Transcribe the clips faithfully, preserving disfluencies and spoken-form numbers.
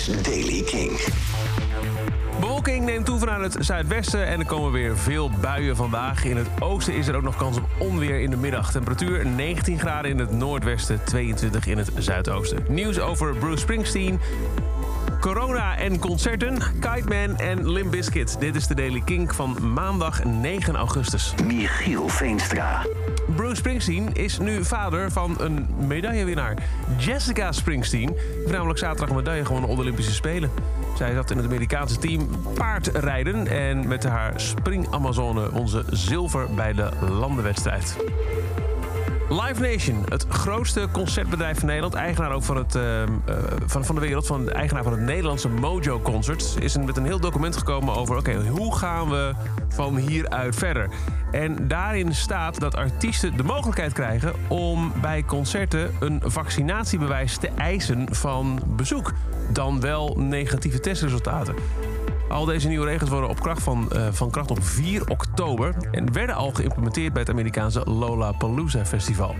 is Daily King. Bewolking neemt toe vanuit het zuidwesten en er komen weer veel buien vandaag. In het oosten is er ook nog kans op onweer in de middag. Temperatuur negentien graden in het noordwesten, tweeëntwintig in het zuidoosten. Nieuws over Bruce Springsteen, corona en concerten, Kite Man en Limp Bizkit. Dit is de Daily King van maandag negen augustus. Michiel Veenstra. Bruce Springsteen is nu vader van een medaillewinnaar. Jessica Springsteen heeft namelijk zaterdag een medaille gewonnen op de Olympische Spelen. Zij zat in het Amerikaanse team paardrijden en met haar spring-Amazone won ze zilver bij de landenwedstrijd. Live Nation, het grootste concertbedrijf van Nederland, eigenaar ook van, het, uh, uh, van, van de wereld, van de eigenaar van het Nederlandse Mojo Concerts, is met een heel document gekomen over, oké, okay, hoe gaan we van hieruit verder? En daarin staat dat artiesten de mogelijkheid krijgen om bij concerten een vaccinatiebewijs te eisen van bezoek. Dan wel negatieve testresultaten. Al deze nieuwe regels worden op kracht van, uh, van kracht op vier oktober... en werden al geïmplementeerd bij het Amerikaanse Lollapalooza Festival.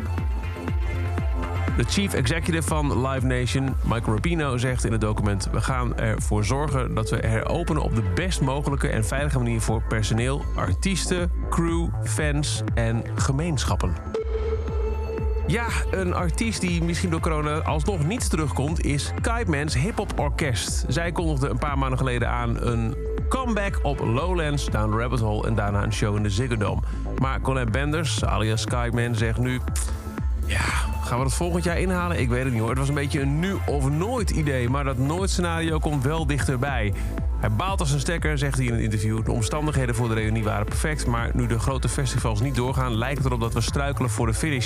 De chief executive van Live Nation, Michael Rapino, zegt in het document: we gaan ervoor zorgen dat we heropenen op de best mogelijke en veilige manier voor personeel, artiesten, crew, fans en gemeenschappen. Ja, een artiest die misschien door corona alsnog niet terugkomt is Kite Man's Hip Hop Orkest. Zij kondigde een paar maanden geleden aan een comeback op Lowlands, Down the Rabbit Hole en daarna een show in de Ziggo Dome. Maar Colin Benders, alias Kite Man, zegt nu: ja, gaan we dat volgend jaar inhalen? Ik weet het niet hoor. Het was een beetje een nu of nooit idee, maar dat nooit scenario komt wel dichterbij. Hij baalt als een stekker, zegt hij in een interview. De omstandigheden voor de reunie waren perfect, maar nu de grote festivals niet doorgaan, lijkt het erop dat we struikelen voor de finish.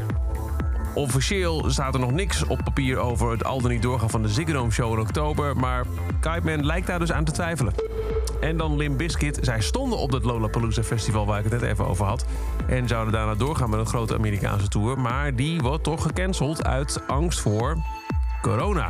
Officieel staat er nog niks op papier over het al dan niet doorgaan van de Ziggo Dome show in oktober, maar Kite Man lijkt daar dus aan te twijfelen. En dan Limp Bizkit. Zij stonden op dat Lollapalooza Festival waar ik het net even over had en zouden daarna doorgaan met een grote Amerikaanse tour, maar die wordt toch gecanceld uit angst voor corona.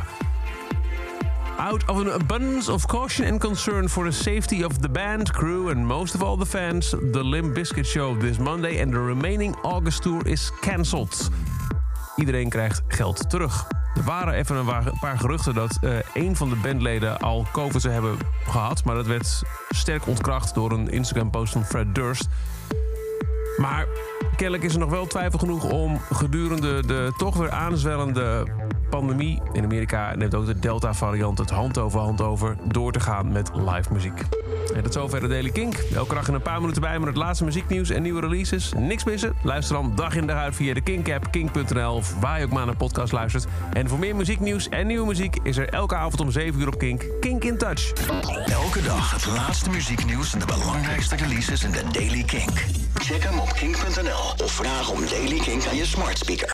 Out of an abundance of caution and concern for the safety of the band, crew and most of all the fans, the Limp Bizkit show this Monday and the remaining August tour is cancelled. Iedereen krijgt geld terug. Er waren even een paar geruchten dat uh, een van de bandleden al COVID zou hebben gehad, maar dat werd sterk ontkracht door een Instagram-post van Fred Durst. Maar kennelijk is er nog wel twijfel genoeg om gedurende de toch weer aanzwellende pandemie in Amerika, neemt ook de Delta-variant het hand over hand over, door te gaan met live muziek. En tot zover de Daily Kink. Elke dag in een paar minuten bij met het laatste muzieknieuws en nieuwe releases. Niks missen? Luister dan dag in dag uit via de Kink-app, kink punt n l of waar je ook maar naar een podcast luistert. En voor meer muzieknieuws en nieuwe muziek is er elke avond om zeven uur op Kink. Kink in Touch. Elke dag het laatste muzieknieuws en de belangrijkste releases in de Daily Kink. Check hem op kink punt n l of vraag om Daily Kink aan je smart speaker.